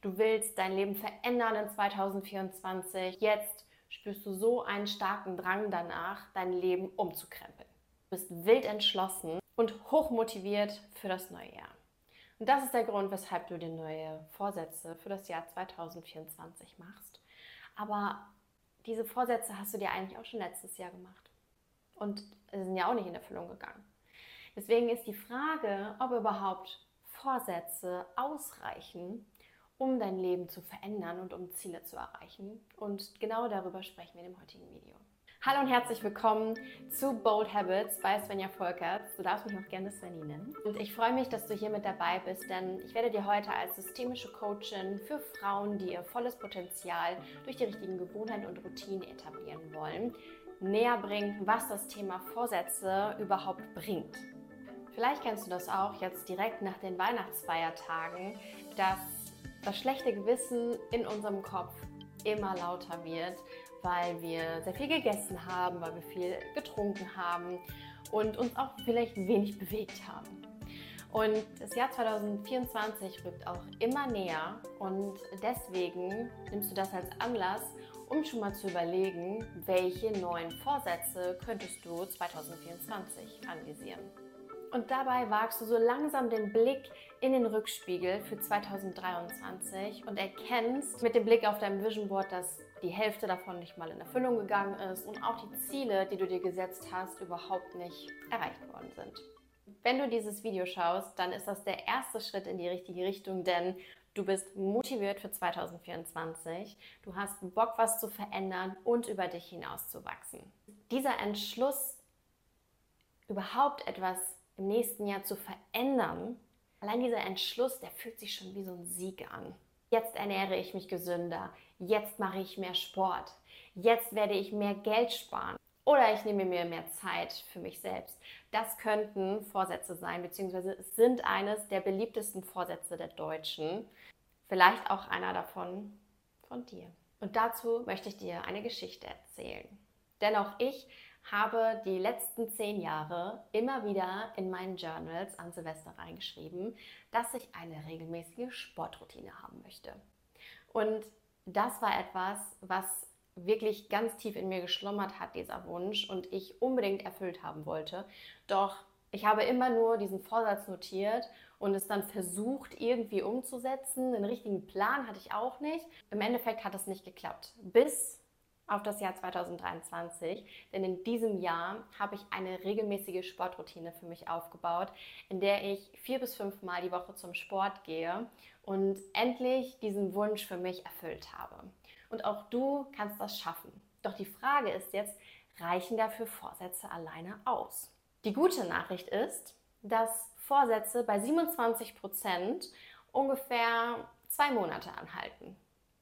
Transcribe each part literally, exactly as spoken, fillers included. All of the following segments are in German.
Du willst dein Leben verändern in zweitausendvierundzwanzig. Jetzt spürst du so einen starken Drang danach, dein Leben umzukrempeln. Du bist wild entschlossen und hochmotiviert für das neue Jahr. Und das ist der Grund, weshalb du dir neue Vorsätze für das Jahr zweitausendvierundzwanzig machst. Aber diese Vorsätze hast du dir eigentlich auch schon letztes Jahr gemacht. Und sie sind ja auch nicht in Erfüllung gegangen. Deswegen ist die Frage, ob überhaupt Vorsätze ausreichen, um dein Leben zu verändern und um Ziele zu erreichen. Und genau darüber sprechen wir in dem heutigen Video. Hallo und herzlich willkommen zu Bold Habits bei Svenja Volkerts. Du darfst mich auch gerne Svenny nennen. Und ich freue mich, dass du hier mit dabei bist, denn ich werde dir heute als systemische Coachin für Frauen, die ihr volles Potenzial durch die richtigen Gewohnheiten und Routinen etablieren wollen, näher bringen, was das Thema Vorsätze überhaupt bringt. Vielleicht kennst du das auch jetzt direkt nach den Weihnachtsfeiertagen, dass das schlechte Gewissen in unserem Kopf immer lauter wird, weil wir sehr viel gegessen haben, weil wir viel getrunken haben und uns auch vielleicht wenig bewegt haben. Und das Jahr zweitausendvierundzwanzig rückt auch immer näher und deswegen nimmst du das als Anlass, um schon mal zu überlegen, welche neuen Vorsätze könntest du zweitausendvierundzwanzig anvisieren. Und dabei wagst du so langsam den Blick in den Rückspiegel für zweitausenddreiundzwanzig und erkennst mit dem Blick auf dein Vision Board, dass die Hälfte davon nicht mal in Erfüllung gegangen ist und auch die Ziele, die du dir gesetzt hast, überhaupt nicht erreicht worden sind. Wenn du dieses Video schaust, dann ist das der erste Schritt in die richtige Richtung, denn du bist motiviert für zweitausendvierundzwanzig, du hast Bock, was zu verändern und über dich hinauszuwachsen. Dieser Entschluss, überhaupt etwas im nächsten Jahr zu verändern, allein dieser Entschluss, der fühlt sich schon wie so ein Sieg an. Jetzt ernähre ich mich gesünder, jetzt mache ich mehr Sport, jetzt werde ich mehr Geld sparen oder ich nehme mir mehr Zeit für mich selbst. Das könnten Vorsätze sein, beziehungsweise es sind eines der beliebtesten Vorsätze der Deutschen. Vielleicht auch einer davon von dir. Und dazu möchte ich dir eine Geschichte erzählen. Denn auch ich habe die letzten zehn Jahre immer wieder in meinen Journals an Silvester reingeschrieben, dass ich eine regelmäßige Sportroutine haben möchte. Und das war etwas, was wirklich ganz tief in mir geschlummert hat, dieser Wunsch, und ich unbedingt erfüllt haben wollte. Doch ich habe immer nur diesen Vorsatz notiert und es dann versucht, irgendwie umzusetzen. Einen richtigen Plan hatte ich auch nicht. Im Endeffekt hat es nicht geklappt. Bis auf das Jahr zweitausenddreiundzwanzig, denn in diesem Jahr habe ich eine regelmäßige Sportroutine für mich aufgebaut, in der ich vier bis fünf Mal die Woche zum Sport gehe und endlich diesen Wunsch für mich erfüllt habe. Und auch du kannst das schaffen. Doch die Frage ist jetzt, reichen dafür Vorsätze alleine aus? Die gute Nachricht ist, dass Vorsätze bei siebenundzwanzig Prozent ungefähr zwei Monate anhalten.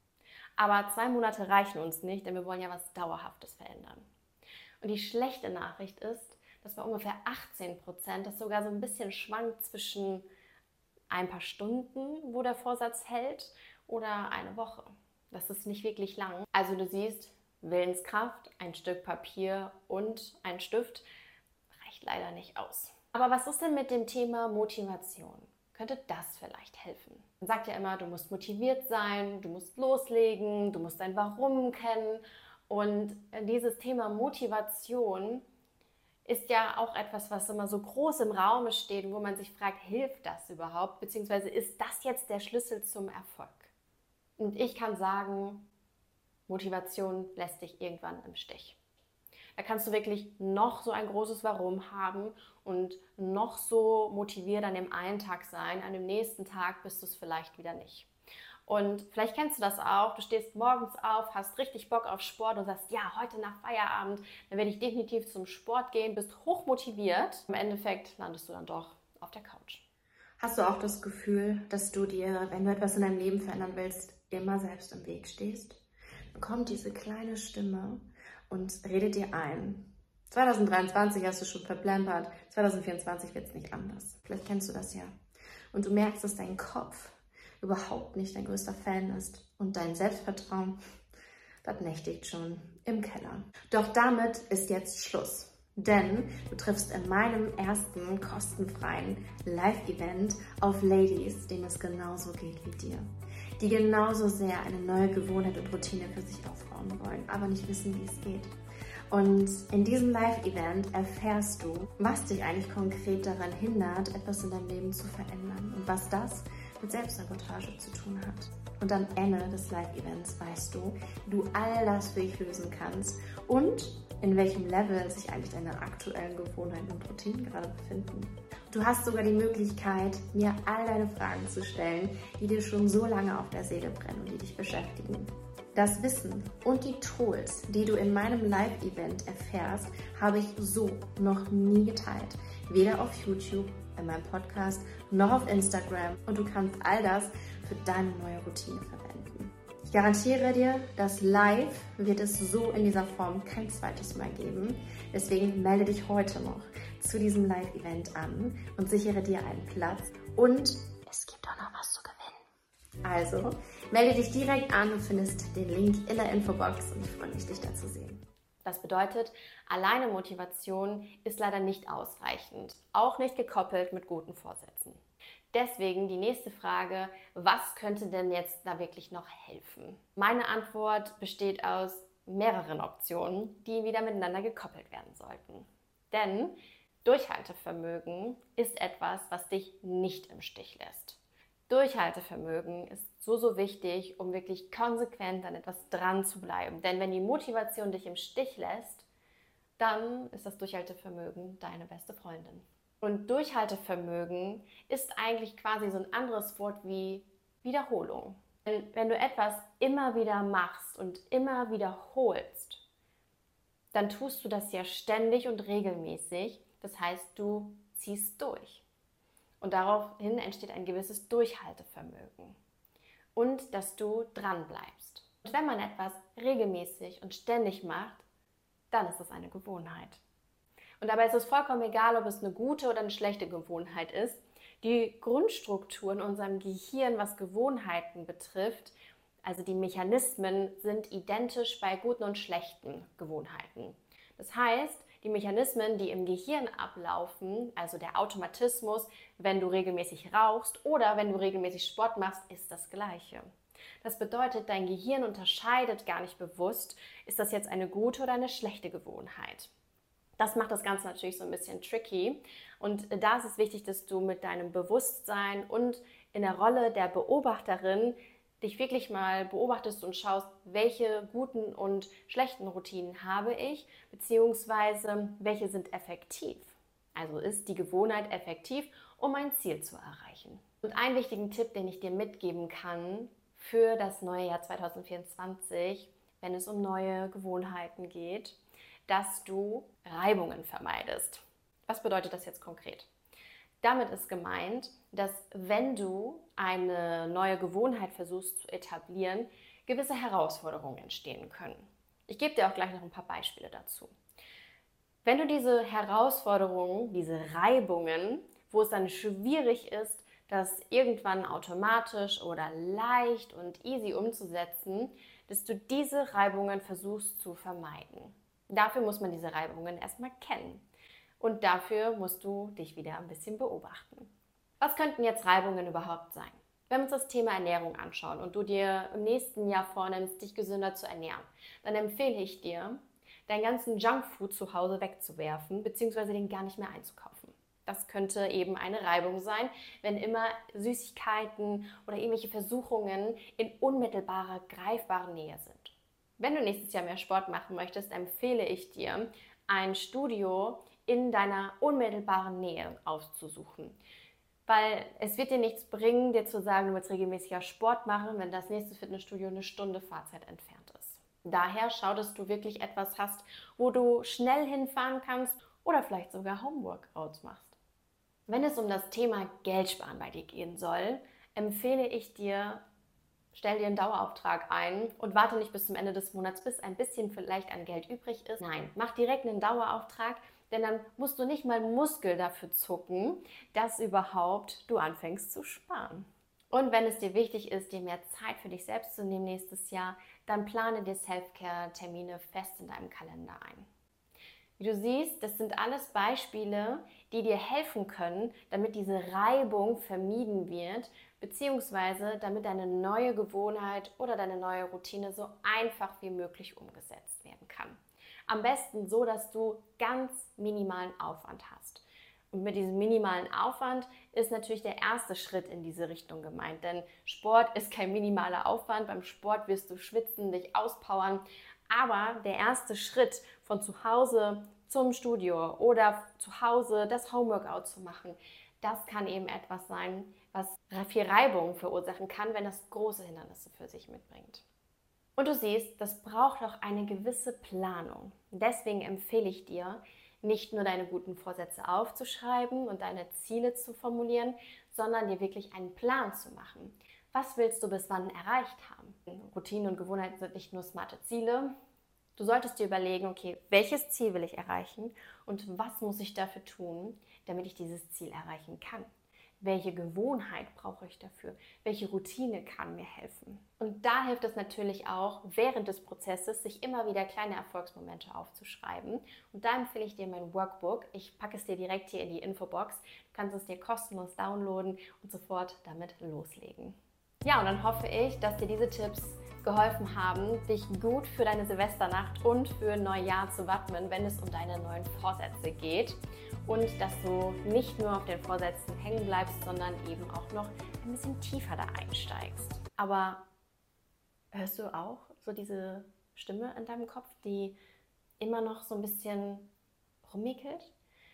Aber zwei Monate reichen uns nicht, denn wir wollen ja was Dauerhaftes verändern. Und die schlechte Nachricht ist, dass bei ungefähr achtzehn Prozent das sogar so ein bisschen schwankt zwischen ein paar Stunden, wo der Vorsatz hält, oder eine Woche. Das ist nicht wirklich lang. Also du siehst, Willenskraft, ein Stück Papier und ein Stift reicht leider nicht aus. Aber was ist denn mit dem Thema Motivation? Könnte das vielleicht helfen? Man sagt ja immer, du musst motiviert sein, du musst loslegen, du musst dein Warum kennen. Und dieses Thema Motivation ist ja auch etwas, was immer so groß im Raum steht, wo man sich fragt, hilft das überhaupt? Beziehungsweise ist das jetzt der Schlüssel zum Erfolg? Und ich kann sagen, Motivation lässt dich irgendwann im Stich. Da kannst du wirklich noch so ein großes Warum haben und noch so motiviert an dem einen Tag sein, an dem nächsten Tag bist du es vielleicht wieder nicht. Und vielleicht kennst du das auch, du stehst morgens auf, hast richtig Bock auf Sport und sagst, ja, heute nach Feierabend, dann werde ich definitiv zum Sport gehen, bist hochmotiviert. Im Endeffekt landest du dann doch auf der Couch. Hast du auch das Gefühl, dass du dir, wenn du etwas in deinem Leben verändern willst, immer selbst im Weg stehst? Dann kommt diese kleine Stimme und redet dir ein. zweitausenddreiundzwanzig hast du schon verplempert, zweitausendvierundzwanzig wird es nicht anders. Vielleicht kennst du das ja. Und du merkst, dass dein Kopf überhaupt nicht dein größter Fan ist und dein Selbstvertrauen, das nächtigt schon im Keller. Doch damit ist jetzt Schluss. Denn du triffst in meinem ersten kostenfreien Live-Event auf Ladies, denen es genauso geht wie dir. die genauso sehr eine neue Gewohnheit und Routine für sich aufbauen wollen, aber nicht wissen, wie es geht. Und in diesem Live-Event erfährst du, was dich eigentlich konkret daran hindert, etwas in deinem Leben zu verändern und was das mit Selbstsabotage zu tun hat. Und am Ende des Live-Events weißt du, wie du all das für dich lösen kannst und in welchem Level sich eigentlich deine aktuellen Gewohnheiten und Routinen gerade befinden. Du hast sogar die Möglichkeit, mir all deine Fragen zu stellen, die dir schon so lange auf der Seele brennen und die dich beschäftigen. Das Wissen und die Tools, die du in meinem Live-Event erfährst, habe ich so noch nie geteilt. Weder auf YouTube, in meinem Podcast, noch auf Instagram. Und du kannst all das für deine neue Routine verwenden. Ich garantiere dir, das Live wird es so in dieser Form kein zweites Mal geben. Deswegen melde dich heute noch zu diesem Live-Event an und sichere dir einen Platz. Und es gibt auch noch was zu gewinnen. Also, melde dich direkt an und findest den Link in der Infobox und ich freue mich, dich da zu sehen. Das bedeutet, alleine Motivation ist leider nicht ausreichend, auch nicht gekoppelt mit guten Vorsätzen. Deswegen die nächste Frage, was könnte denn jetzt da wirklich noch helfen? Meine Antwort besteht aus mehreren Optionen, die wieder miteinander gekoppelt werden sollten. Denn Durchhaltevermögen ist etwas, was dich nicht im Stich lässt. Durchhaltevermögen ist so, so wichtig, um wirklich konsequent an etwas dran zu bleiben. Denn wenn die Motivation dich im Stich lässt, dann ist das Durchhaltevermögen deine beste Freundin. Und Durchhaltevermögen ist eigentlich quasi so ein anderes Wort wie Wiederholung. Denn wenn du etwas immer wieder machst und immer wiederholst, dann tust du das ja ständig und regelmäßig. Das heißt, du ziehst durch. Und daraufhin entsteht ein gewisses Durchhaltevermögen. Und dass du dran bleibst. Und wenn man etwas regelmäßig und ständig macht, dann ist es eine Gewohnheit. Und dabei ist es vollkommen egal, ob es eine gute oder eine schlechte Gewohnheit ist. Die Grundstruktur in unserem Gehirn, was Gewohnheiten betrifft, also die Mechanismen, sind identisch bei guten und schlechten Gewohnheiten. Das heißt, die Mechanismen, die im Gehirn ablaufen, also der Automatismus, wenn du regelmäßig rauchst oder wenn du regelmäßig Sport machst, ist das Gleiche. Das bedeutet, dein Gehirn unterscheidet gar nicht bewusst, ist das jetzt eine gute oder eine schlechte Gewohnheit. Das macht das Ganze natürlich so ein bisschen tricky und da ist es wichtig, dass du mit deinem Bewusstsein und in der Rolle der Beobachterin dich wirklich mal beobachtest und schaust, welche guten und schlechten Routinen habe ich, beziehungsweise welche sind effektiv. Also ist die Gewohnheit effektiv, um ein Ziel zu erreichen. Und einen wichtigen Tipp, den ich dir mitgeben kann für das neue Jahr zwanzig vierundzwanzig, wenn es um neue Gewohnheiten geht, dass du Reibungen vermeidest. Was bedeutet das jetzt konkret? Damit ist gemeint, dass wenn du eine neue Gewohnheit versuchst zu etablieren, gewisse Herausforderungen entstehen können. Ich gebe dir auch gleich noch ein paar Beispiele dazu. Wenn du diese Herausforderungen, diese Reibungen, wo es dann schwierig ist, das irgendwann automatisch oder leicht und easy umzusetzen, dass du diese Reibungen versuchst zu vermeiden. Dafür muss man diese Reibungen erstmal kennen. Und dafür musst du dich wieder ein bisschen beobachten. Was könnten jetzt Reibungen überhaupt sein? Wenn wir uns das Thema Ernährung anschauen und du dir im nächsten Jahr vornimmst, dich gesünder zu ernähren, dann empfehle ich dir, deinen ganzen Junkfood zu Hause wegzuwerfen bzw. den gar nicht mehr einzukaufen. Das könnte eben eine Reibung sein, wenn immer Süßigkeiten oder irgendwelche Versuchungen in unmittelbarer, greifbarer Nähe sind. Wenn du nächstes Jahr mehr Sport machen möchtest, empfehle ich dir, ein Studio in deiner unmittelbaren Nähe auszusuchen. Weil es wird dir nichts bringen, dir zu sagen, du willst regelmäßiger Sport machen, wenn das nächste Fitnessstudio eine Stunde Fahrzeit entfernt ist. Daher schau, dass du wirklich etwas hast, wo du schnell hinfahren kannst oder vielleicht sogar Homeworkouts machst. Wenn es um das Thema Geldsparen bei dir gehen soll, empfehle ich dir, stell dir einen Dauerauftrag ein und warte nicht bis zum Ende des Monats, bis ein bisschen vielleicht an Geld übrig ist. Nein, mach direkt einen Dauerauftrag, denn dann musst du nicht mal Muskel dafür zucken, dass überhaupt du anfängst zu sparen. Und wenn es dir wichtig ist, dir mehr Zeit für dich selbst zu nehmen nächstes Jahr, dann plane dir Self-Care-Termine fest in deinem Kalender ein. Wie du siehst, das sind alles Beispiele, die dir helfen können, damit diese Reibung vermieden wird, beziehungsweise damit deine neue Gewohnheit oder deine neue Routine so einfach wie möglich umgesetzt werden kann. Am besten so, dass du ganz minimalen Aufwand hast. Und mit diesem minimalen Aufwand ist natürlich der erste Schritt in diese Richtung gemeint, denn Sport ist kein minimaler Aufwand. Beim Sport wirst du schwitzen, dich auspowern, aber der erste Schritt von zu Hause zum Studio oder zu Hause das Homeworkout zu machen, das kann eben etwas sein, was viel Reibung verursachen kann, wenn das große Hindernisse für sich mitbringt. Und du siehst, das braucht auch eine gewisse Planung. Deswegen empfehle ich dir, nicht nur deine guten Vorsätze aufzuschreiben und deine Ziele zu formulieren, sondern dir wirklich einen Plan zu machen. Was willst du bis wann erreicht haben? Routinen und Gewohnheiten sind nicht nur smarte Ziele. Du solltest dir überlegen, okay, welches Ziel will ich erreichen und was muss ich dafür tun, damit ich dieses Ziel erreichen kann? Welche Gewohnheit brauche ich dafür? Welche Routine kann mir helfen? Und da hilft es natürlich auch, während des Prozesses sich immer wieder kleine Erfolgsmomente aufzuschreiben. Und da empfehle ich dir mein Workbook. Ich packe es dir direkt hier in die Infobox. Du kannst es dir kostenlos downloaden und sofort damit loslegen. Ja, und dann hoffe ich, dass dir diese Tipps geholfen haben, dich gut für deine Silvesternacht und für Neujahr zu wappnen, wenn es um deine neuen Vorsätze geht. Und dass du nicht nur auf den Vorsätzen hängen bleibst, sondern eben auch noch ein bisschen tiefer da einsteigst. Aber hörst du auch so diese Stimme in deinem Kopf, die immer noch so ein bisschen rummickelt?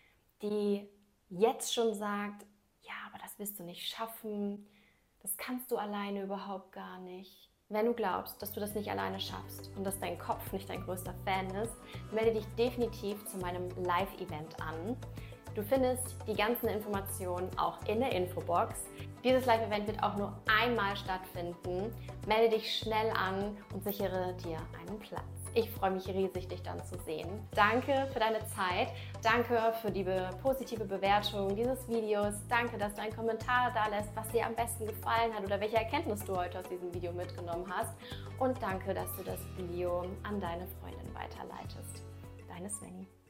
Die jetzt schon sagt, ja, aber das wirst du nicht schaffen, das kannst du alleine überhaupt gar nicht. Wenn du glaubst, dass du das nicht alleine schaffst und dass dein Kopf nicht dein größter Fan ist, melde dich definitiv zu meinem Live-Event an. Du findest die ganzen Informationen auch in der Infobox. Dieses Live-Event wird auch nur einmal stattfinden. Melde dich schnell an und sichere dir einen Platz. Ich freue mich riesig, dich dann zu sehen. Danke für deine Zeit. Danke für die positive Bewertung dieses Videos. Danke, dass du einen Kommentar da lässt, was dir am besten gefallen hat oder welche Erkenntnis du heute aus diesem Video mitgenommen hast. Und danke, dass du das Video an deine Freundin weiterleitest. Deine Svenny.